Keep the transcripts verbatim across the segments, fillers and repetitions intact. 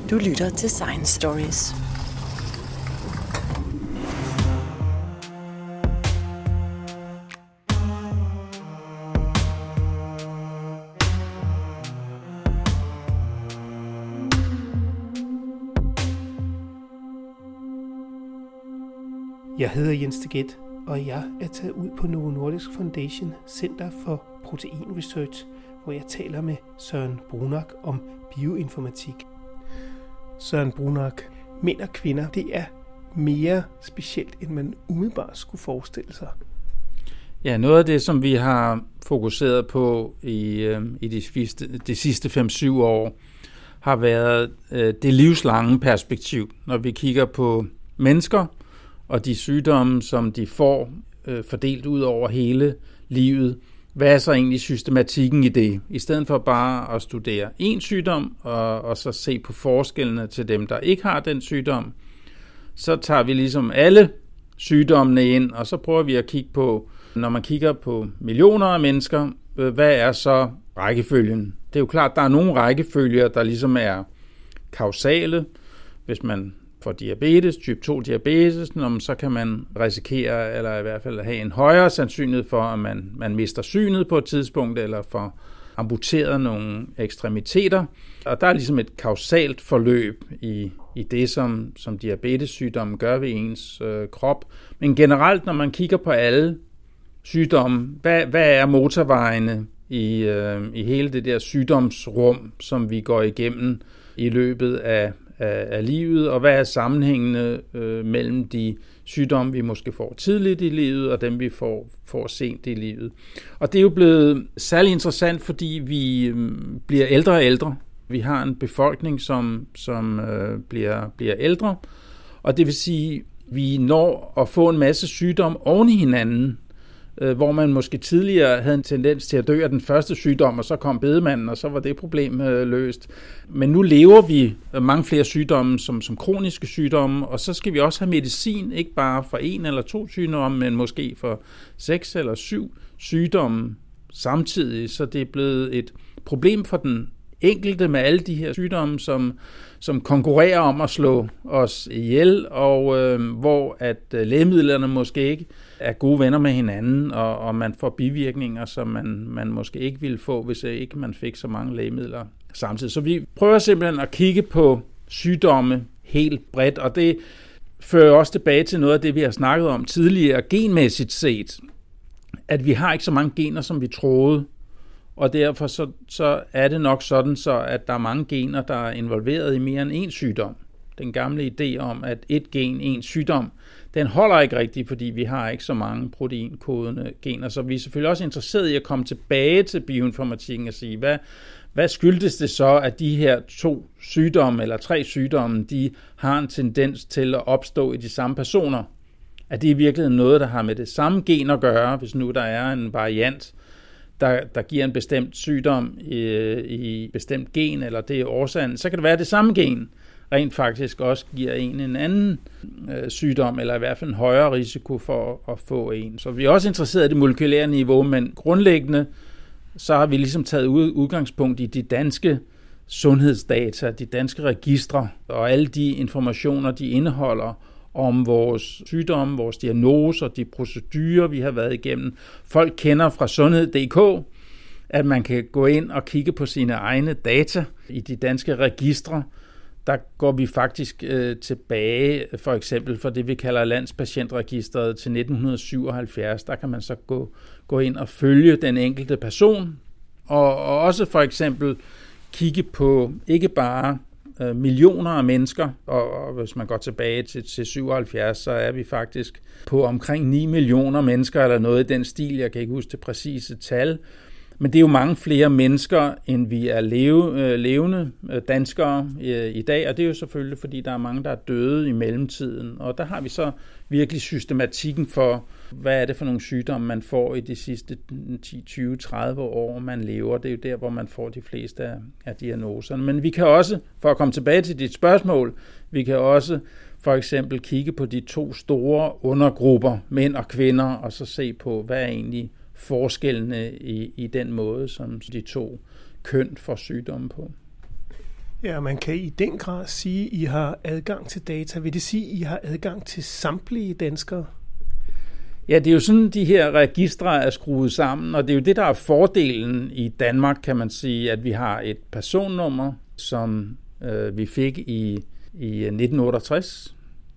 Du lytter til Science Stories. Jeg hedder Jens Teget, og jeg er taget ud på Novo Nordisk Foundation Center for Protein Research, hvor jeg taler med Søren Brunak om bioinformatik. Søren Brunak, mænd og kvinder, det er mere specielt, end man umiddelbart skulle forestille sig. Ja, noget af det, som vi har fokuseret på i, øh, i de, sidste, de sidste fem syv år, har været øh, det livslange perspektiv, når vi kigger på mennesker og de sygdomme, som de får øh, fordelt ud over hele livet. Hvad er så egentlig systematikken i det? I stedet for bare at studere én sygdom, og, og så se på forskellene til dem, der ikke har den sygdom, så tager vi ligesom alle sygdommene ind, og så prøver vi at kigge på, når man kigger på millioner af mennesker, hvad er så rækkefølgen? Det er jo klart, der er nogle rækkefølger, der ligesom er kausale. Hvis man får diabetes, type to diabetes, så kan man risikere, eller i hvert fald have en højere sandsynlighed for, at man, man mister synet på et tidspunkt, eller får amputeret nogle ekstremiteter. Og der er ligesom et kausalt forløb i, i det, som, som diabetessygdommen gør ved ens øh, krop. Men generelt, når man kigger på alle sygdomme, hvad, hvad er motorvejene i, øh, i hele det der sygdomsrum, som vi går igennem i løbet af Af, af livet, og hvad er sammenhængende øh, mellem de sygdomme, vi måske får tidligt i livet, og dem, vi får, får sent i livet. Og det er jo blevet særlig interessant, fordi vi øh, bliver ældre og ældre. Vi har en befolkning, som, som øh, bliver, bliver ældre, og det vil sige, vi når at få en masse sygdomme oven i hinanden, hvor man måske tidligere havde en tendens til at dø af den første sygdom, og så kom bedemanden, og så var det problem øh, løst. Men nu lever vi mange flere sygdomme som, som kroniske sygdomme, og så skal vi også have medicin, ikke bare for en eller to sygdomme, men måske for seks eller syv sygdomme samtidig. Så det er blevet et problem for den enkelte med alle de her sygdomme, som, som konkurrerer om at slå os ihjel, og øh, hvor at lægemidlerne måske ikke er gode venner med hinanden, og, og man får bivirkninger, som man, man måske ikke ville få, hvis ikke man fik så mange lægemidler samtidig. Så vi prøver simpelthen at kigge på sygdomme helt bredt, og det fører også tilbage til noget af det, vi har snakket om tidligere, genmæssigt set, at vi har ikke så mange gener, som vi troede, og derfor så, så er det nok sådan, så at der er mange gener, der er involveret i mere end én sygdom. Den gamle idé om, at et gen, en sygdom, den holder ikke rigtigt, fordi vi har ikke så mange proteinkodende gener. Så vi er selvfølgelig også interesseret i at komme tilbage til bioinformatikken og sige, hvad, hvad skyldes det så, at de her to sygdomme eller tre sygdomme, de har en tendens til at opstå i de samme personer? Er det i virkeligheden noget, der har med det samme gen at gøre, hvis nu der er en variant, Der, der giver en bestemt sygdom i, i bestemt gen, eller det er årsagen, så kan det være, at det samme gen rent faktisk også giver en en anden øh, sygdom, eller i hvert fald en højere risiko for at få en. Så vi er også interesseret i det molekylære niveau, men grundlæggende så har vi ligesom taget udgangspunkt i de danske sundhedsdata, de danske registre, og alle de informationer, de indeholder om vores sygdomme, vores diagnoser, de procedurer, vi har været igennem. Folk kender fra sundhed punktum d k, at man kan gå ind og kigge på sine egne data i de danske registre. Der går vi faktisk øh, tilbage, for eksempel for det, vi kalder landspatientregistret til nitten syvoghalvfjerds. Der kan man så gå, gå ind og følge den enkelte person, og, og også for eksempel kigge på ikke bare millioner af mennesker, og, og hvis man går tilbage til, til syvoghalvfjerds, så er vi faktisk på omkring ni millioner mennesker, eller noget i den stil, jeg kan ikke huske det præcise tal, men det er jo mange flere mennesker, end vi er leve, levende danskere i dag, og det er jo selvfølgelig, fordi der er mange, der er døde i mellemtiden, og der har vi så virkelig systematikken for, hvad er det for nogle sygdomme, man får i de sidste ti, tyve, tredive år, man lever. Det er jo der, hvor man får de fleste af, af diagnoserne. Men vi kan også, for at komme tilbage til dit spørgsmål, vi kan også for eksempel kigge på de to store undergrupper, mænd og kvinder, og så se på, hvad er egentlig forskellene i, i den måde, som de to køn får sygdomme på. Ja, man kan i den grad sige, at I har adgang til data. Vil det sige, at I har adgang til samtlige danskere? Ja, det er jo sådan, de her registre er skruet sammen, og det er jo det, der er fordelen i Danmark, kan man sige, at vi har et personnummer, som øh, vi fik i, i nitten otteogtres,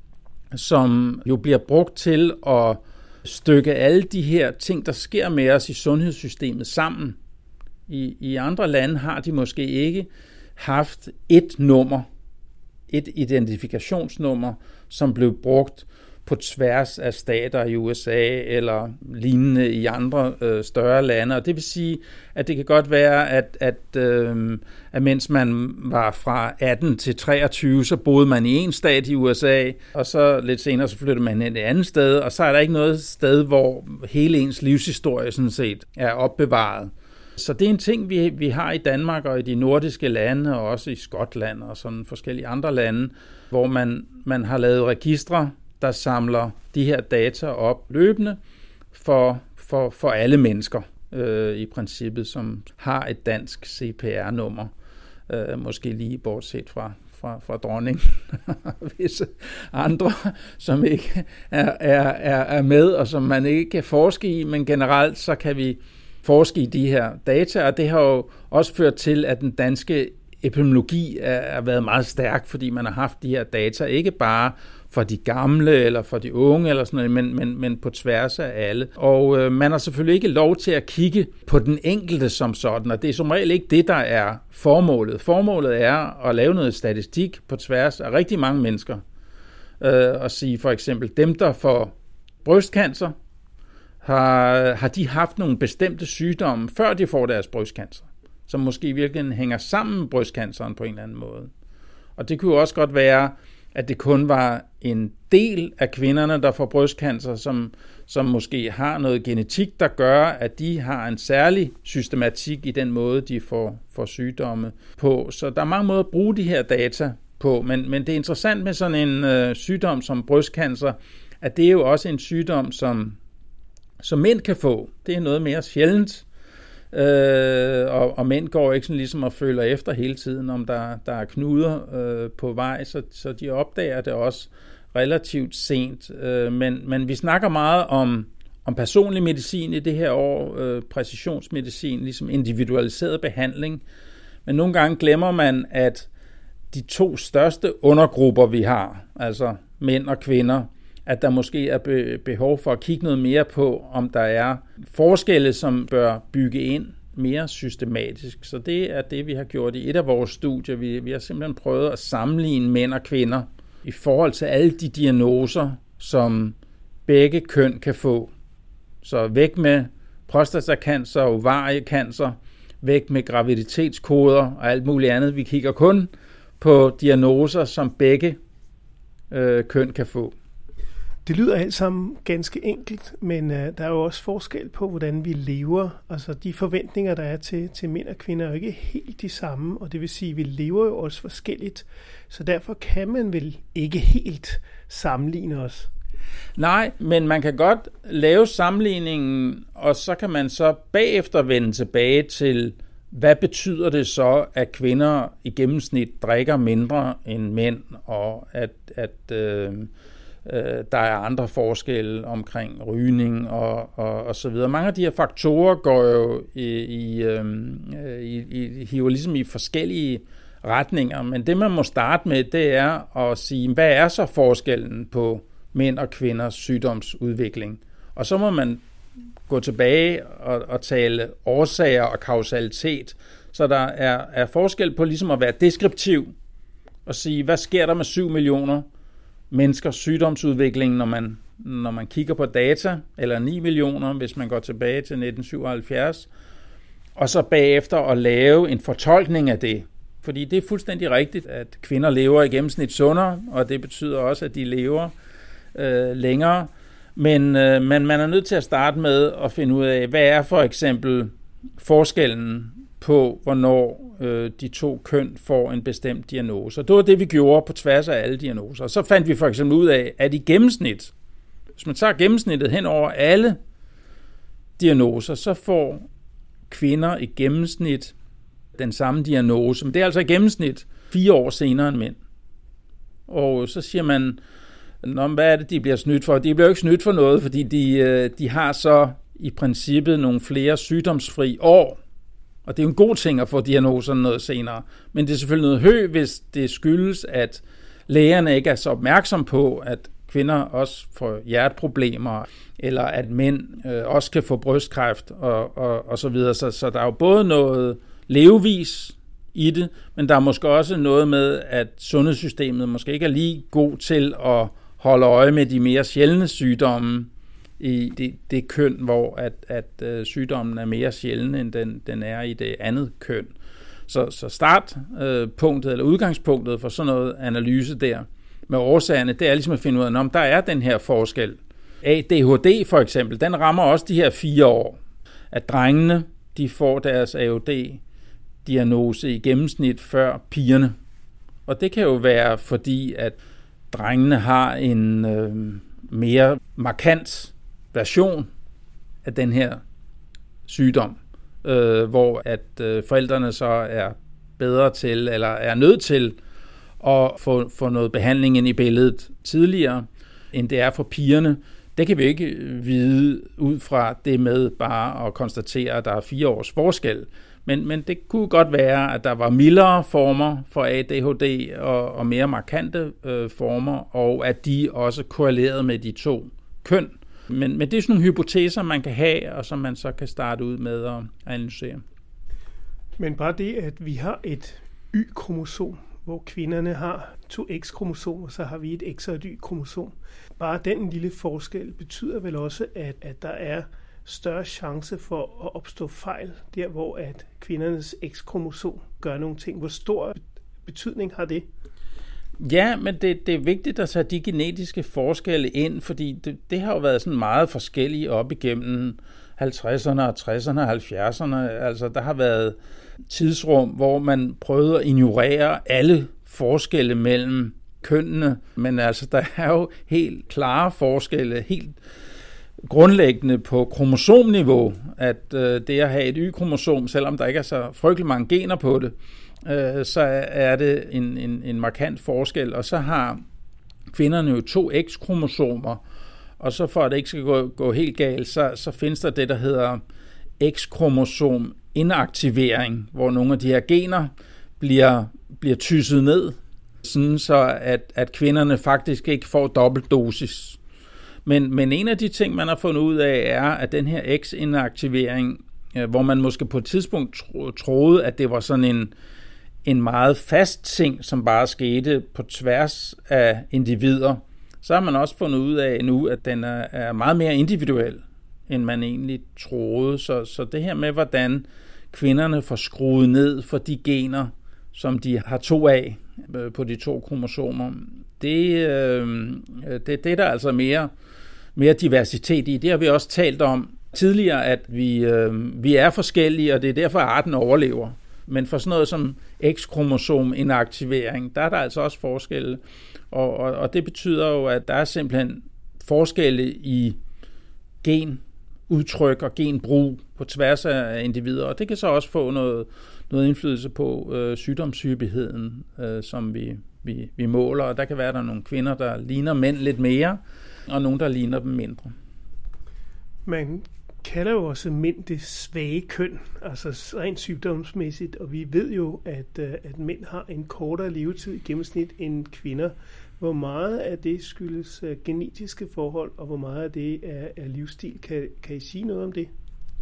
som jo bliver brugt til at stykke alle de her ting, der sker med os i sundhedssystemet sammen. I, i andre lande har de måske ikke haft et nummer, et identifikationsnummer, som blev brugt på tværs af stater i U S A eller lignende i andre øh, større lande. Og det vil sige, at det kan godt være, at, at, øh, at mens man var fra atten til treogtyve, så boede man i en stat i U S A, og så lidt senere så flyttede man hen et andet sted, og så er der ikke noget sted, hvor hele ens livshistorie sådan set er opbevaret. Så det er en ting, vi, vi har i Danmark og i de nordiske lande, og også i Skotland og sådan forskellige andre lande, hvor man, man har lavet registre, der samler de her data op løbende for, for, for alle mennesker øh, i princippet, som har et dansk C P R-nummer. Øh, måske lige bortset fra, fra, fra dronningen og visse andre, som ikke er, er, er, er med, og som man ikke kan forske i, men generelt så kan vi forske i de her data, og det har jo også ført til, at den danske epidemiologi er været meget stærk, fordi man har haft de her data, ikke bare for de gamle eller for de unge, eller sådan noget, men, men, men på tværs af alle. Og øh, man har selvfølgelig ikke lov til at kigge på den enkelte som sådan, og det er som regel ikke det, der er formålet. Formålet er at lave noget statistik på tværs af rigtig mange mennesker. Øh, og sige for eksempel, dem der får brystcancer, har, har de haft nogle bestemte sygdomme, før de får deres brystcancer, som måske i virkeligheden hænger sammen med brystcanceren på en eller anden måde. Og det kunne jo også godt være, at det kun var en del af kvinderne, der får brystcancer, som, som måske har noget genetik, der gør, at de har en særlig systematik i den måde, de får, får sygdomme på. Så der er mange måder at bruge de her data på, men, men det er interessant med sådan en øh, sygdom som brystcancer, at det er jo også en sygdom, som, som mænd kan få. Det er noget mere sjældent. Øh, og, og mænd går ikke sådan ligesom og føler efter hele tiden, om der, der er knuder øh, på vej, så, så de opdager det også relativt sent. Øh, men, men vi snakker meget om, om personlig medicin i det her år, øh, præcisionsmedicin, ligesom individualiseret behandling. Men nogle gange glemmer man, at de to største undergrupper, vi har, altså mænd og kvinder, at der måske er be- behov for at kigge noget mere på, om der er forskelle, som bør bygge ind mere systematisk. Så det er det, vi har gjort i et af vores studier. Vi, vi har simpelthen prøvet at sammenligne mænd og kvinder i forhold til alle de diagnoser, som begge køn kan få. Så væk med prostatacancer, ovariecancer, væk med graviditetskoder og alt muligt andet. Vi kigger kun på diagnoser, som begge øh, køn kan få. Det lyder alt sammen ganske enkelt, men øh, der er jo også forskel på, hvordan vi lever. Altså de forventninger, der er til, til mænd og kvinder, er jo ikke helt de samme, og det vil sige, at vi lever jo også forskelligt. Så derfor kan man vel ikke helt sammenligne os. Nej, men man kan godt lave sammenligningen, og så kan man så bagefter vende tilbage til, hvad betyder det så, at kvinder i gennemsnit drikker mindre end mænd, og at... at øh, der er andre forskelle omkring rygning og, og, og så videre. Mange af de her faktorer går jo i, i, i, i, hiver ligesom i forskellige retninger, men det man må starte med, det er at sige, hvad er så forskellen på mænd og kvinders sygdomsudvikling? Og så må man gå tilbage og, og tale årsager og kausalitet, så der er, er forskel på ligesom at være deskriptiv og sige, hvad sker der med syv millioner menneskers sygdomsudvikling, når man, når man kigger på data, eller ni millioner, hvis man går tilbage til nitten syvoghalvfjerds, og så bagefter at lave en fortolkning af det. Fordi det er fuldstændig rigtigt, at kvinder lever i gennemsnit sundere, og det betyder også, at de lever øh, længere. Men, øh, men man er nødt til at starte med at finde ud af, hvad er for eksempel forskellen på, hvornår øh, de to køn får en bestemt diagnose. Og det var det, vi gjorde på tværs af alle diagnoser. Og så fandt vi for eksempel ud af, at i gennemsnit, hvis man tager gennemsnittet hen over alle diagnoser, så får kvinder i gennemsnit den samme diagnose. Men det er altså i gennemsnit. fire år senere end mænd. Og så siger man, Nå, hvad er det, de bliver snydt for? De bliver jo ikke snydt for noget, fordi de, de har så i princippet nogle flere sygdomsfri år. Og det er jo en god ting at få diagnoserne noget senere. Men det er selvfølgelig noget hø, hvis det skyldes, at lægerne ikke er så opmærksom på, at kvinder også får hjerteproblemer, eller at mænd øh, også kan få brystkræft og, og, og så videre. Så, så der er jo både noget levevis i det, men der er måske også noget med, at sundhedssystemet måske ikke er lige god til at holde øje med de mere sjældne sygdomme i det, det køn, hvor at, at øh, sygdommen er mere sjælden, end den, den er i det andet køn. Så, så startpunktet øh, eller udgangspunktet for sådan noget analyse der med årsagerne, det er ligesom at finde ud af, om der er den her forskel. A D H D for eksempel, den rammer også de her fire år. At drengene, de får deres A D H D-diagnose i gennemsnit før pigerne. Og det kan jo være fordi, at drengene har en øh, mere markant version af den her sygdom, øh, hvor at øh, forældrene så er bedre til, eller er nødt til at få, få noget behandling ind i billedet tidligere, end det er for pigerne. Det kan vi ikke vide ud fra det med bare at konstatere, at der er fire års forskel. Men, men det kunne godt være, at der var mildere former for A D H D og, og mere markante øh, former, og at de også korrelerede med de to køn. Men, men det er sådan nogle hypoteser, man kan have, og som man så kan starte ud med at analysere. Men bare det, at vi har et Y-kromosom, hvor kvinderne har to X-kromosomer, så har vi et X og et Y-kromosom. Bare den lille forskel betyder vel også, at, at der er større chance for at opstå fejl, der hvor at kvindernes X-kromosom gør nogle ting. Hvor stor betydning har det? Ja, men det, det er vigtigt at tage de genetiske forskelle ind, fordi det, det har jo været sådan meget forskellige op igennem halvtredserne og tresserne og halvfjerdserne. Altså, der har været tidsrum, hvor man prøvede at ignorere alle forskelle mellem kønnene, men altså, der er jo helt klare forskelle, helt grundlæggende på kromosomniveau, at øh, det at have et Y-kromosom, selvom der ikke er så frygtelig mange gener på det, øh, så er det en, en, en markant forskel. Og så har kvinderne jo to X-kromosomer, og så for at det ikke skal gå, gå helt galt, så, så findes der det, der hedder X-kromosom inaktivering, hvor nogle af de her gener bliver, bliver tysset ned, sådan så at, at kvinderne faktisk ikke får dobbeltdosis. Men, men en af de ting, man har fundet ud af, er, at den her X-inaktivering, hvor man måske på et tidspunkt tro, troede, at det var sådan en, en meget fast ting, som bare skete på tværs af individer, så har man også fundet ud af nu, at den er, er meget mere individuel, end man egentlig troede. Så, så det her med, hvordan kvinderne får skruet ned for de gener, som de har to af på de to kromosomer, det, øh, det, det er der altså mere, mere diversitet i. Det har vi også talt om tidligere, at vi, øh, vi er forskellige, og det er derfor, at arten overlever. Men for sådan noget som X-kromosom inaktivering, der er der altså også forskelle. Og, og, og det betyder jo, at der er simpelthen forskelle i genudtryk og genbrug på tværs af individer. Og det kan så også få noget, noget indflydelse på øh, sygdomshyppigheden, øh, som vi, vi, vi måler. Og der kan være, at der er nogle kvinder, der ligner mænd lidt mere, og nogle, der ligner dem mindre. Man kalder jo også mænd det svage køn, altså rent sygdomsmæssigt, og vi ved jo, at, at mænd har en kortere levetid i gennemsnit end kvinder. Hvor meget af det skyldes genetiske forhold, og hvor meget af det er, er livsstil? Kan, kan I sige noget om det?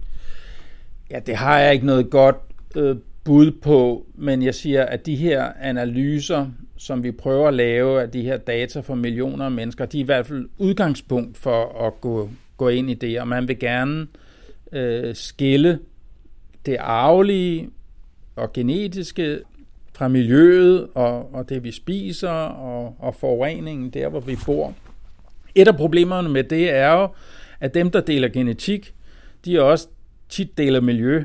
Ja, det har jeg ikke noget godt øh, bud på, men jeg siger, at de her analyser, som vi prøver at lave af de her data for millioner af mennesker, de er i hvert fald udgangspunkt for at gå, gå ind i det, og man vil gerne øh, skille det arvelige og genetiske fra miljøet og, og det, vi spiser, og, og forureningen der, hvor vi bor. Et af problemerne med det er jo, at dem, der deler genetik, de også tit deler miljø.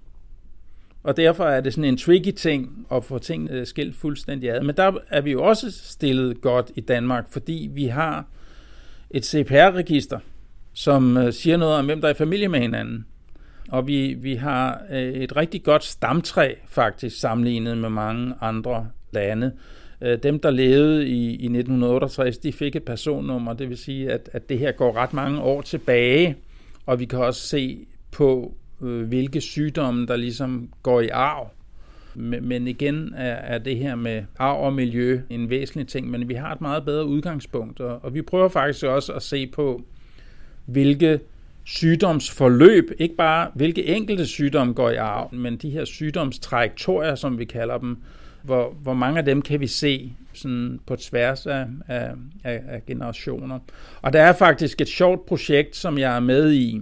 Og derfor er det sådan en tricky ting at få ting skilt fuldstændig ad. Men der er vi jo også stillet godt i Danmark, fordi vi har et C P R-register, som siger noget om, hvem der er i familie med hinanden. Og vi, vi har et rigtig godt stamtræ faktisk sammenlignet med mange andre lande. Dem, der levede i, i nitten otteogtres, de fik et personnummer, det vil sige, at, at det her går ret mange år tilbage, og vi kan også se på, øh, hvilke sygdomme, der ligesom går i arv. Men igen er, er det her med arv og miljø en væsentlig ting, men vi har et meget bedre udgangspunkt, og, og vi prøver faktisk også at se på, hvilke sygdomsforløb, ikke bare hvilke enkelte sygdomme går i arv, men de her sygdomstrajektorier, som vi kalder dem, hvor, hvor mange af dem kan vi se sådan på tværs af, af, af generationer. Og der er faktisk et sjovt projekt, som jeg er med i,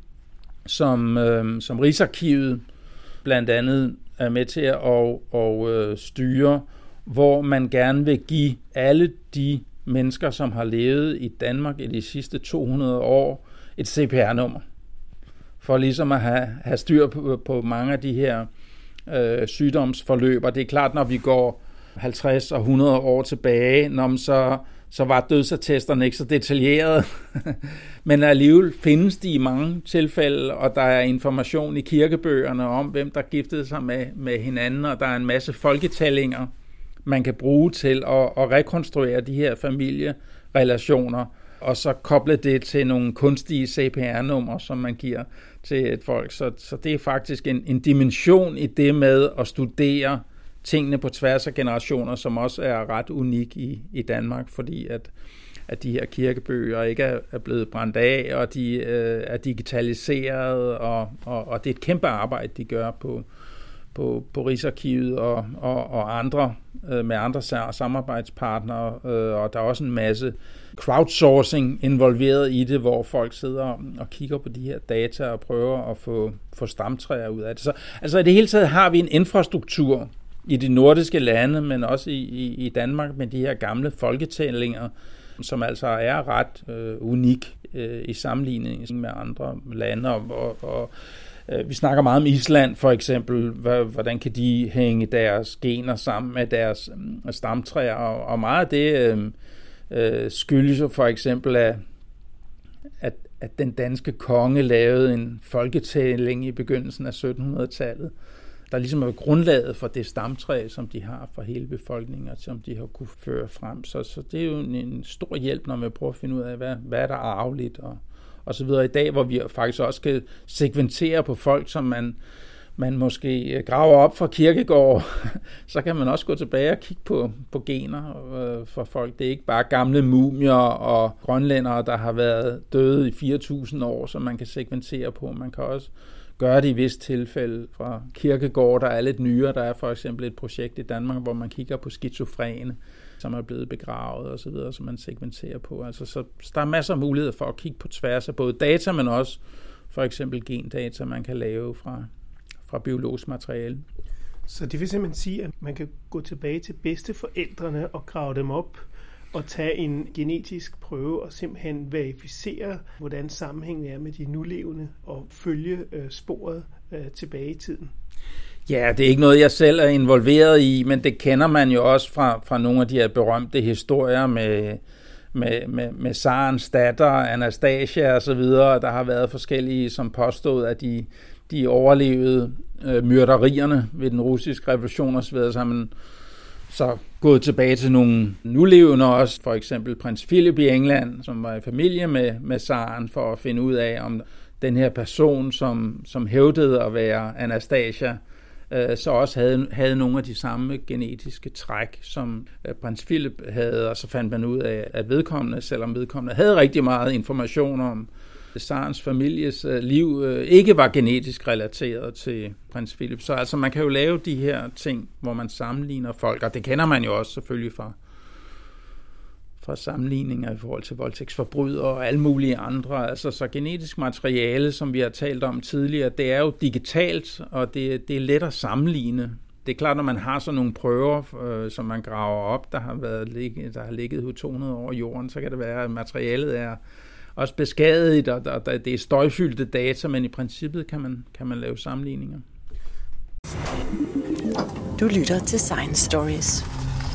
som, øh, som Rigsarkivet blandt andet er med til at og, og, øh, styre, hvor man gerne vil give alle de mennesker, som har levet i Danmark i de sidste to hundrede år, et C P R-nummer. For ligesom at have, have styr på, på mange af de her øh, sygdomsforløb. Og det er klart, når vi går halvtreds og hundrede år tilbage, når så, så var dødsattesterne ikke så detaljerede. Men alligevel findes de i mange tilfælde, og der er information i kirkebøgerne om, hvem der giftede sig med, med hinanden, og der er en masse folketællinger, man kan bruge til at, at rekonstruere de her familierelationer, og så koble det til nogle kunstige C P R-numre, som man giver til et folk. Så, så det er faktisk en, en dimension i det med at studere tingene på tværs af generationer, som også er ret unik i, i Danmark, fordi at, at de her kirkebøger ikke er, er blevet brændt af, og de øh, er digitaliseret, og, og, og det er et kæmpe arbejde, de gør på, på, på Rigsarkivet og, og, og andre øh, med andre samarbejdspartnere, øh, og der er også en masse crowdsourcing involveret i det, hvor folk sidder og kigger på de her data og prøver at få, få stamtræer ud af det. Så altså i det hele taget har vi en infrastruktur i de nordiske lande, men også i, i, i Danmark med de her gamle folketællinger, som altså er ret øh, unik øh, i sammenligning med andre lande. Og, og, og øh, vi snakker meget om Island for eksempel. Hvordan kan de hænge deres gener sammen med deres øh, stamtræer? Og, og meget af det øh, øh, skyldes jo for eksempel, at, at, at den danske konge lavede en folketælling i begyndelsen af syttenhundredetallet, der ligesom er grundlaget for det stamtræ, som de har for hele befolkningen, og som de har kunne føre frem. Så, så det er jo en, en stor hjælp, når man prøver at finde ud af, hvad, hvad er der arveligt, og, og så videre. I dag, hvor vi faktisk også skal sekventere på folk, som man, man måske graver op fra kirkegård, så kan man også gå tilbage og kigge på, på gener øh, for folk. Det er ikke bare gamle mumier og grønlændere, der har været døde i fire tusind år, som man kan sekventere på. Man kan også gøre det i vist tilfælde fra kirkegård, der er lidt nyere. Der er for eksempel et projekt i Danmark, hvor man kigger på skizofrene, som er blevet begravet og så videre, som man segmenterer på. Altså, så der er masser af muligheder for at kigge på tværs af både data, men også for eksempel gendata, man kan lave fra, fra biologisk materiale. Så det vil simpelthen sige, at man kan gå tilbage til bedsteforældrene og grave dem op og tage en genetisk prøve og simpelthen verificere, hvordan sammenhængen er med de nulevende og følge øh, sporet øh, tilbage i tiden. Ja, det er ikke noget, jeg selv er involveret i, men det kender man jo også fra, fra nogle af de her berømte historier med, med, med, med Tsarens datter, Anastasia og så videre. Der har været forskellige, som påstod, at de, de overlevede øh, myrderierne ved den russiske revolution og så videre, så har man så gået tilbage til nogle nulevende også, for eksempel prins Philip i England, som var i familie med, med Tsaren, for at finde ud af, om den her person, som, som hævdede at være Anastasia, øh, så også havde, havde nogle af de samme genetiske træk, som øh, prins Philip havde, og så fandt man ud af, at vedkommende, selvom vedkommende havde rigtig meget information om Tsarens families øh, liv, øh, ikke var genetisk relateret til prins Philip. Så altså man kan jo lave de her ting, hvor man sammenligner folk, og det kender man jo også selvfølgelig fra, fra sammenligninger i forhold til voldtægtsforbrydere og alle mulige andre. Altså så genetisk materiale, som vi har talt om tidligere, det er jo digitalt, og det, det er let at sammenligne. Det er klart, når man har sådan nogle prøver, øh, som man graver op, der har, været, der har ligget to hundrede år i jorden, så kan det være, at materialet er også beskadiget, og der, der, det er støjfyldte data, men i princippet kan man, kan man lave sammenligninger. Du lytter til Science Stories.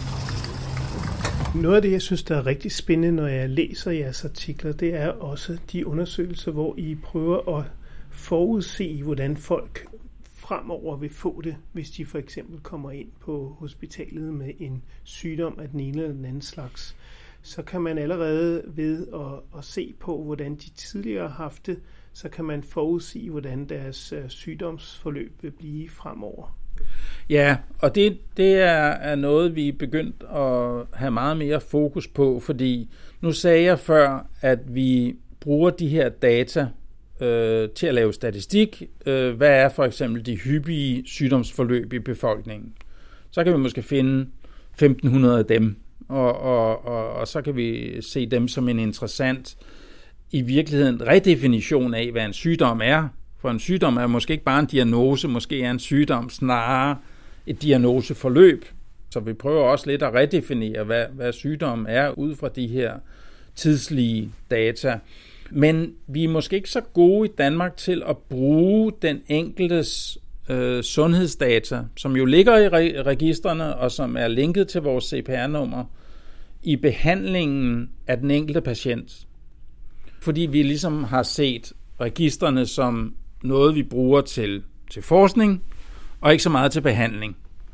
Noget af det, jeg synes, der er rigtig spændende, når jeg læser jeres artikler, det er også de undersøgelser, hvor I prøver at forudse, hvordan folk fremover vil få det, hvis de for eksempel kommer ind på hospitalet med en sygdom af den ene eller den anden slags, så kan man allerede ved at, at se på, hvordan de tidligere har haft det, så kan man forudsige, hvordan deres sygdomsforløb vil blive fremover. Ja, og det, det er, er noget, vi er begyndt at have meget mere fokus på, fordi nu sagde jeg før, at vi bruger de her data øh, til at lave statistik. Øh, hvad er for eksempel de hyppige sygdomsforløb i befolkningen? Så kan vi måske finde femten hundrede af dem, og, og, og, og så kan vi se dem som en interessant, i virkeligheden redefinition af, hvad en sygdom er. For en sygdom er måske ikke bare en diagnose, måske er en sygdom snarere et diagnoseforløb. Så vi prøver også lidt at redefinere, hvad, hvad sygdommen er, ud fra de her tidslige data. Men vi er måske ikke så gode i Danmark til at bruge den enkeltes øh, sundhedsdata, som jo ligger i re- registrene og som er linket til vores C P R-nummer, i behandlingen af den enkelte patient. Fordi vi ligesom har set registrene som noget, vi bruger til, til forskning, og ikke så meget til behandling.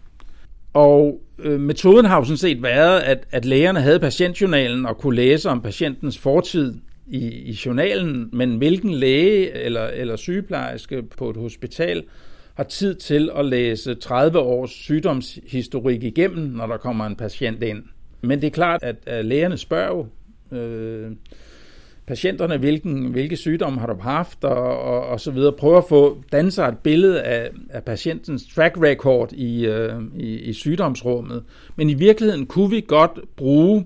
Og øh, metoden har jo sådan set været, at, at lægerne havde patientjournalen og kunne læse om patientens fortid i, i journalen, men hvilken læge eller, eller sygeplejerske på et hospital har tid til at læse tredive års sygdomshistorik igennem, når der kommer en patient ind. Men det er klart, at, at lægerne spørger øh, patienterne, hvilken, hvilke sygdomme har du haft, og, og, og så videre. Prøver at få dannet sig et billede af, af patientens track record i, øh, i, i sygdomsrummet. Men i virkeligheden kunne vi godt bruge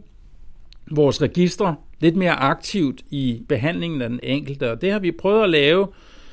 vores registre lidt mere aktivt i behandlingen af den enkelte, og det har vi prøvet at lave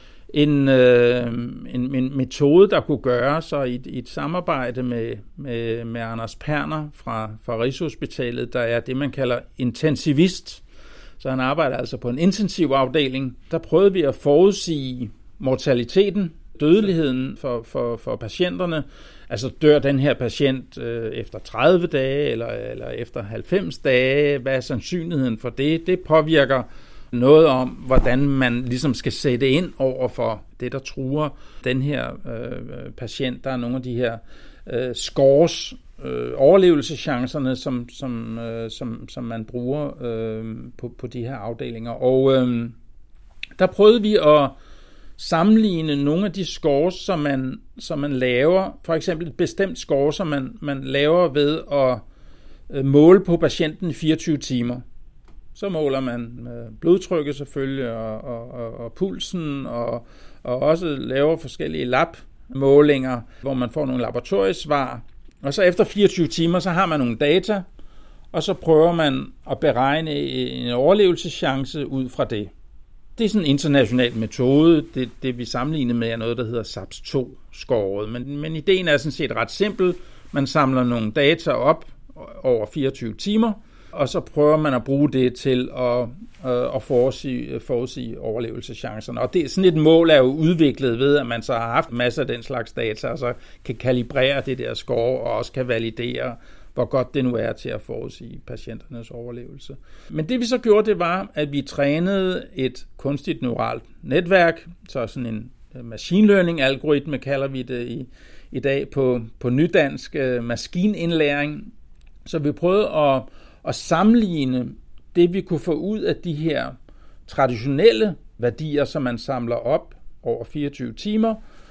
en, øh, en, en metode, der kunne gøre så i, i et samarbejde med, med, med Anders Perner fra, fra Rigshospitalet, der er det, man kalder intensivist. Så han arbejder altså på en intensivafdeling. Der prøvede vi at forudsige mortaliteten, dødeligheden for, for, for patienterne. Altså dør den her patient øh, efter tredive dage eller, eller efter halvfems dage? Hvad er sandsynligheden for det? Det påvirker noget om, hvordan man ligesom skal sætte ind over for det, der truer den her øh, patient. Der er nogle af de her øh, scores, øh, overlevelseschancerne, som, som, øh, som, som man bruger øh, på, på de her afdelinger. Og øh, der prøvede vi at sammenligne nogle af de scores, som man, som man laver. For eksempel et bestemt score, som man, man laver ved at øh, måle på patienten i fireogtyve timer. Så måler man blodtrykket selvfølgelig, og, og, og, og pulsen, og, og også laver forskellige lab-målinger, hvor man får nogle laboratoriesvar. Og så efter fireogtyve timer, så har man nogle data, og så prøver man at beregne en overlevelseschance ud fra det. Det er sådan en international metode. Det, det vi sammenligner med er noget, der hedder S A P S to-scoret. Men, men ideen er sådan set ret simpel. Man samler nogle data op over fireogtyve timer, og så prøver man at bruge det til at, øh, at forudsige, forudsige overlevelseschancerne. Og det, sådan et mål er jo udviklet ved, at man så har haft masser af den slags data, og så kan kalibrere det der score, og også kan validere, hvor godt det nu er til at forudsige patienternes overlevelse. Men det vi så gjorde, det var, at vi trænede et kunstigt neuralt netværk, så sådan en machine learning algoritme kalder vi det i, i dag på, på nydansk, uh, maskinindlæring. Så vi prøvede at og sammenligne det, vi kunne få ud af de her traditionelle værdier, som man samler op over fireogtyve timer,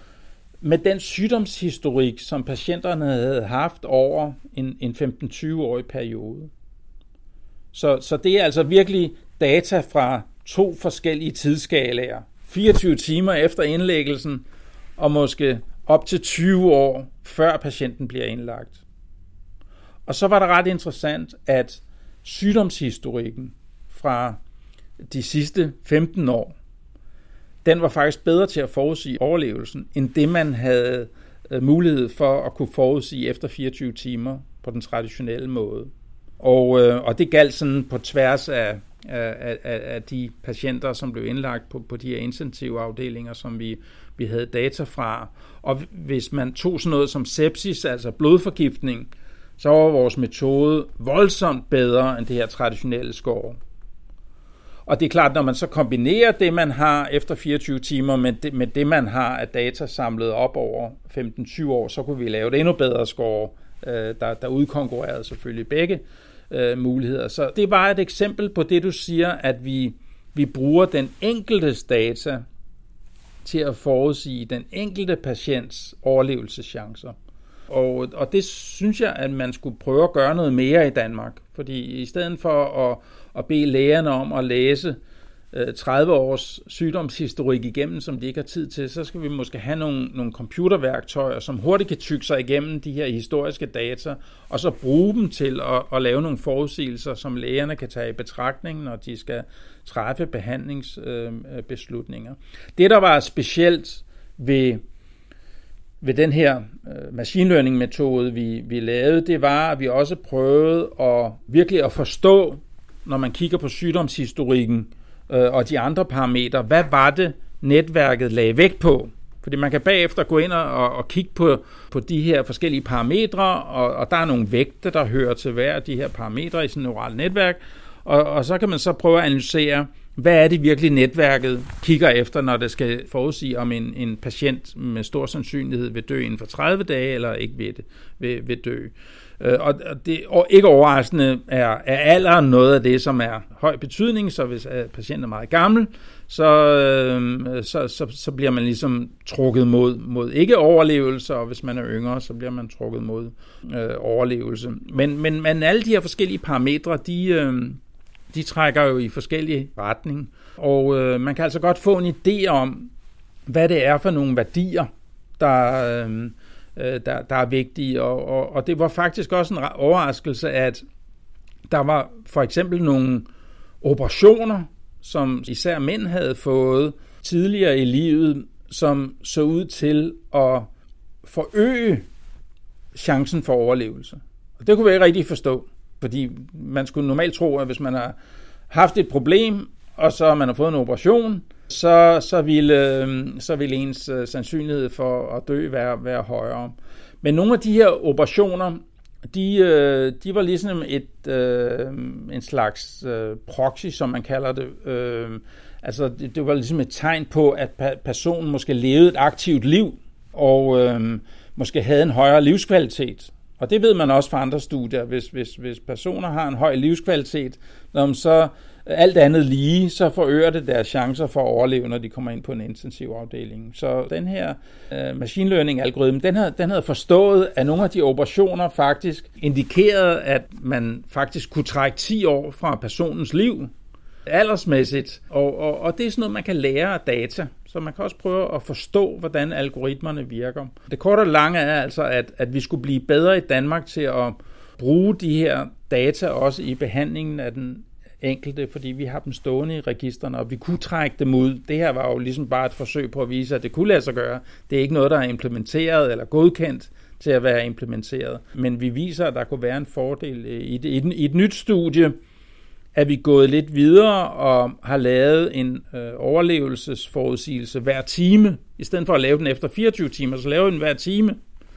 med den sygdomshistorik, som patienterne havde haft over en, en femten til tyve-årig periode. Så, så det er altså virkelig data fra to forskellige tidsskalaer. fireogtyve timer efter indlæggelsen, og måske op til tyve år, før patienten bliver indlagt. Og så var det ret interessant, at sygdomshistorikken fra de sidste femten år, den var faktisk bedre til at forudsige overlevelsen, end det man havde mulighed for at kunne forudsige efter fireogtyve timer på den traditionelle måde. Og, øh, og det galt sådan på tværs af, af, af, af de patienter, som blev indlagt på, på de her intensive afdelinger, som vi, vi havde data fra. Og hvis man tog sådan noget som sepsis, altså blodforgiftning, så var vores metode voldsomt bedre end det her traditionelle score. Og det er klart, når man så kombinerer det, man har efter fireogtyve timer, med det, med det man har af data samlet op over femten til tyve år, så kunne vi lave et endnu bedre score, øh, der, der udkonkurrerede selvfølgelig begge øh, muligheder. Så det var et eksempel på det, du siger, at vi, vi bruger den enkeltes data til at forudsige den enkelte patients overlevelseschancer. Og, og det synes jeg, at man skulle prøve at gøre noget mere i Danmark. Fordi i stedet for at, at bede lægerne om at læse øh, tredive års sygdomshistorik igennem, som de ikke har tid til, så skal vi måske have nogle, nogle computerværktøjer, som hurtigt kan tygge sig igennem de her historiske data, og så bruge dem til at, at lave nogle forudsigelser, som lægerne kan tage i betragtning, når de skal træffe behandlingsbeslutninger. Øh, det, der var specielt ved ved den her machine learning metode, vi, vi lavede, det var, at vi også prøvede at virkelig at forstå, når man kigger på sygdomshistorikken øh, og de andre parametre, hvad var det, netværket lagde vægt på? Fordi man kan bagefter gå ind og, og kigge på, på de her forskellige parametre, og, og der er nogle vægte, der hører til hver af de her parametre i sådan et neuralt netværk, og, og så kan man så prøve at analysere, hvad er det virkelig netværket kigger efter, når det skal forudsige, om en, en patient med stor sandsynlighed vil dø inden for tredive dage, eller ikke vil, vil, vil dø. Og, det, og ikke overraskende er, er alderen noget af det, som er høj betydning, så hvis patienten er meget gammel, så, så, så, så bliver man ligesom trukket mod, mod ikke overlevelse, og hvis man er yngre, så bliver man trukket mod øh, overlevelse. Men, men, men alle de her forskellige parametre, de... Øh, De trækker jo i forskellige retning, og øh, man kan altså godt få en idé om, hvad det er for nogle værdier, der, øh, der, der er vigtige. Og, og, og det var faktisk også en overraskelse, at der var for eksempel nogle operationer, som især mænd havde fået tidligere i livet, som så ud til at forøge chancen for overlevelse. Og det kunne vi ikke rigtig forstå. Fordi man skulle normalt tro, at hvis man har haft et problem, og så man har fået en operation, så, så, ville, så ville ens sandsynlighed for at dø være, være højere. Men nogle af de her operationer, de, de var ligesom et, en slags proxy, som man kalder det. Altså det var ligesom et tegn på, at personen måske levede et aktivt liv, og måske havde en højere livskvalitet. Og det ved man også fra andre studier, hvis, hvis, hvis personer har en høj livskvalitet, så alt andet lige, så forøger det deres chancer for at overleve, når de kommer ind på en intensivafdeling. Så den her uh, machine learning-algoritme, den havde, den havde forstået, at nogle af de operationer faktisk indikerede, at man faktisk kunne trække ti år fra personens liv, aldersmæssigt, og, og, og det er sådan noget, man kan lære af data, så man kan også prøve at forstå, hvordan algoritmerne virker. Det korte og lange er altså, at, at vi skulle blive bedre i Danmark til at bruge de her data også i behandlingen af den enkelte, fordi vi har dem stående i registerne, og vi kunne trække dem ud. Det her var jo ligesom bare et forsøg på at vise, at det kunne lade sig gøre. Det er ikke noget, der er implementeret eller godkendt til at være implementeret, men vi viser, at der kunne være en fordel i det. I, den, i et nyt studie er vi gået lidt videre og har lavet en øh, overlevelsesforudsigelse hver time. I stedet for at lave den efter fireogtyve timer, så laver vi den hver time.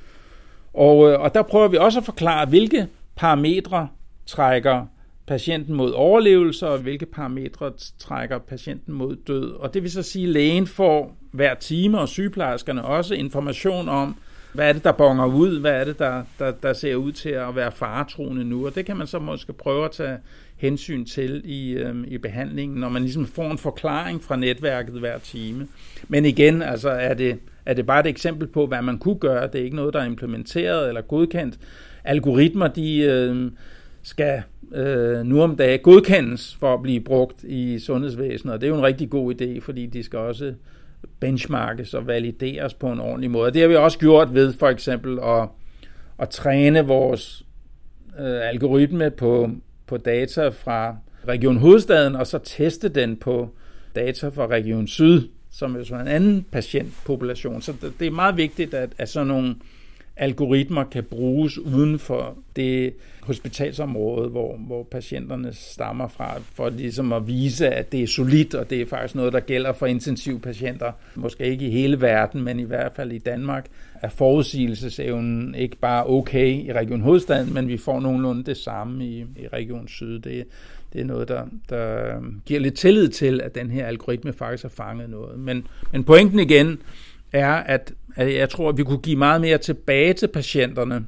Og, øh, og der prøver vi også at forklare, hvilke parametre trækker patienten mod overlevelse, og hvilke parametre trækker patienten mod død. Og det vil så sige, at lægen får hver time, og sygeplejerskerne også information om, hvad er det, der bonger ud, hvad er det, der, der, der ser ud til at være faretruende nu. Og det kan man så måske prøve at tage hensyn til i, øhm, i behandlingen, når man ligesom får en forklaring fra netværket hver time. Men igen, altså er det, er det bare et eksempel på, hvad man kunne gøre. Det er ikke noget, der er implementeret eller godkendt. Algoritmer, de øh, skal øh, nu om dagen godkendes for at blive brugt i sundhedsvæsenet, og det er jo en rigtig god idé, fordi de skal også benchmarkes og valideres på en ordentlig måde. Det har vi også gjort ved for eksempel at, at træne vores øh, algoritme på, på data fra Region Hovedstaden, og så teste den på data fra Region Syd, som er en anden patientpopulation. Så det er meget vigtigt, at, at sådan nogle algoritmer kan bruges uden for det hospitalsområde, hvor, hvor patienterne stammer fra, for ligesom at vise, at det er solidt, og det er faktisk noget, der gælder for intensivpatienter. Måske ikke i hele verden, men i hvert fald i Danmark er forudsigelsesevnen ikke bare okay i Region Hovedstaden, men vi får nogenlunde det samme i, i Region Syd. Det, det er noget, der, der giver lidt tillid til, at den her algoritme faktisk har fanget noget. Men, men pointen igen er, at, at jeg tror, at vi kunne give meget mere tilbage til patienterne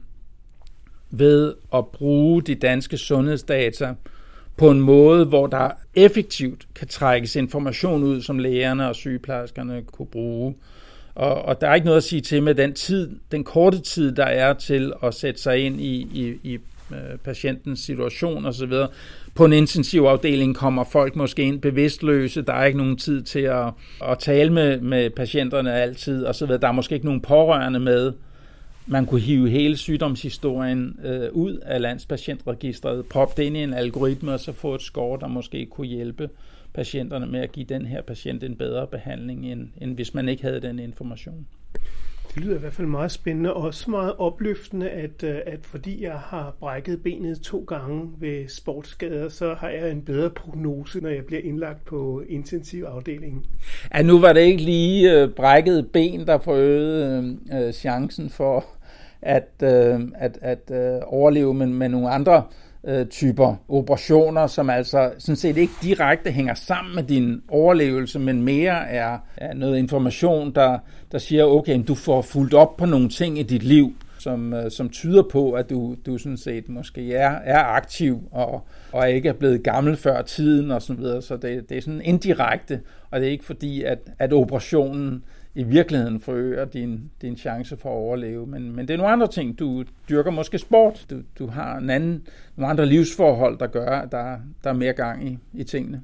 ved at bruge de danske sundhedsdata på en måde, hvor der effektivt kan trækkes information ud, som lægerne og sygeplejerskerne kunne bruge. Og, og der er ikke noget at sige til med den tid, den korte tid, der er til at sætte sig ind i, i, i patientens situation osv. På en intensivafdeling kommer folk måske ind bevidstløse, der er ikke nogen tid til at, at tale med, med patienterne altid osv. Der er måske ikke nogen pårørende med. Man kunne hive hele sygdomshistorien øh, ud af landspatientregistret, proppe det ind i en algoritme og så få et score, der måske kunne hjælpe patienterne med at give den her patient en bedre behandling, end, end hvis man ikke havde den information. Det lyder i hvert fald meget spændende og også meget opløftende, at, at fordi jeg har brækket benet to gange ved sportsskader, så har jeg en bedre prognose, når jeg bliver indlagt på intensivafdelingen. Ja, nu var det ikke lige brækket ben, der forøgede øh, chancen for at, øh, at, at øh, overleve med, med nogle andre øh, typer operationer, som altså sådan set ikke direkte hænger sammen med din overlevelse, men mere er, er noget information, der, der siger, okay, du får fulgt op på nogle ting i dit liv, som, øh, som tyder på, at du, du sådan set måske er, er aktiv og, og ikke er blevet gammel før tiden og sådan videre. Så det, det er sådan indirekte, og det er ikke fordi, at, at operationen i virkeligheden forøger din, din chance for at overleve. Men, men det er nogle andre ting. Du dyrker måske sport. Du, du har en anden, nogle andre livsforhold, der gør, at der, der er mere gang i, i tingene.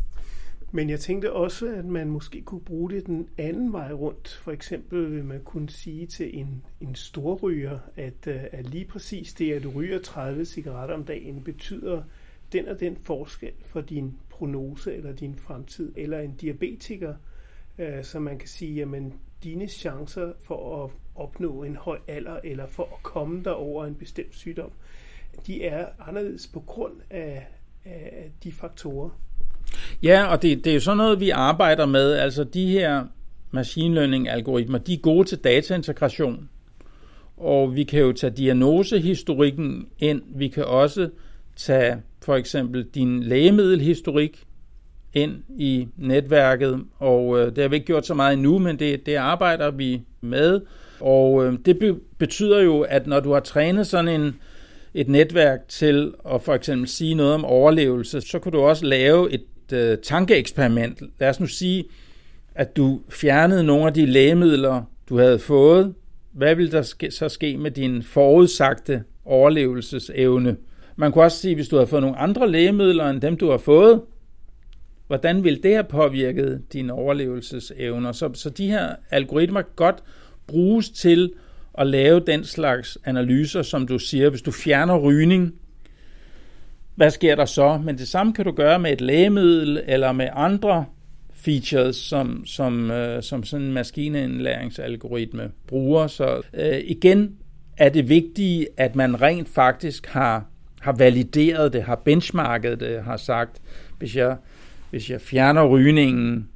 Men jeg tænkte også, at man måske kunne bruge det den anden vej rundt. For eksempel vil man kunne sige til en, en storryger, at, at lige præcis det, at du ryger tredive cigaretter om dagen, betyder den og den forskel for din prognose eller din fremtid. Eller en diabetiker, så man kan sige, at dine chancer for at opnå en høj alder eller for at komme der over en bestemt sygdom, de er anderledes på grund af, af de faktorer. Ja, og det, det er jo sådan noget, vi arbejder med. Altså de her machine learning-algoritmer, de er gode til dataintegration. Og vi kan jo tage diagnosehistorikken ind. Vi kan også tage for eksempel din lægemiddelhistorik ind i netværket, og øh, det har vi ikke gjort så meget endnu, men det, det arbejder vi med. Og øh, det be- betyder jo, at når du har trænet sådan en, et netværk til at for eksempel sige noget om overlevelse, så kan du også lave et øh, tankeeksperiment. Lad os nu sige, at du fjernede nogle af de lægemidler, du havde fået. Hvad ville der ske, så ske med din forudsagte overlevelsesevne? Man kunne også sige, hvis du havde fået nogle andre lægemidler end dem, du har fået, hvordan vil det have påvirket dine overlevelsesevner? Så, så de her algoritmer kan godt bruges til at lave den slags analyser, som du siger. Hvis du fjerner rygning, hvad sker der så? Men det samme kan du gøre med et lægemiddel eller med andre features, som, som, øh, som sådan en maskinindlæringsalgoritme bruger. Så øh, igen er det vigtigt, at man rent faktisk har, har valideret det, har benchmarket det, har sagt, hvis jeg Hvis jeg fjerner rygningen,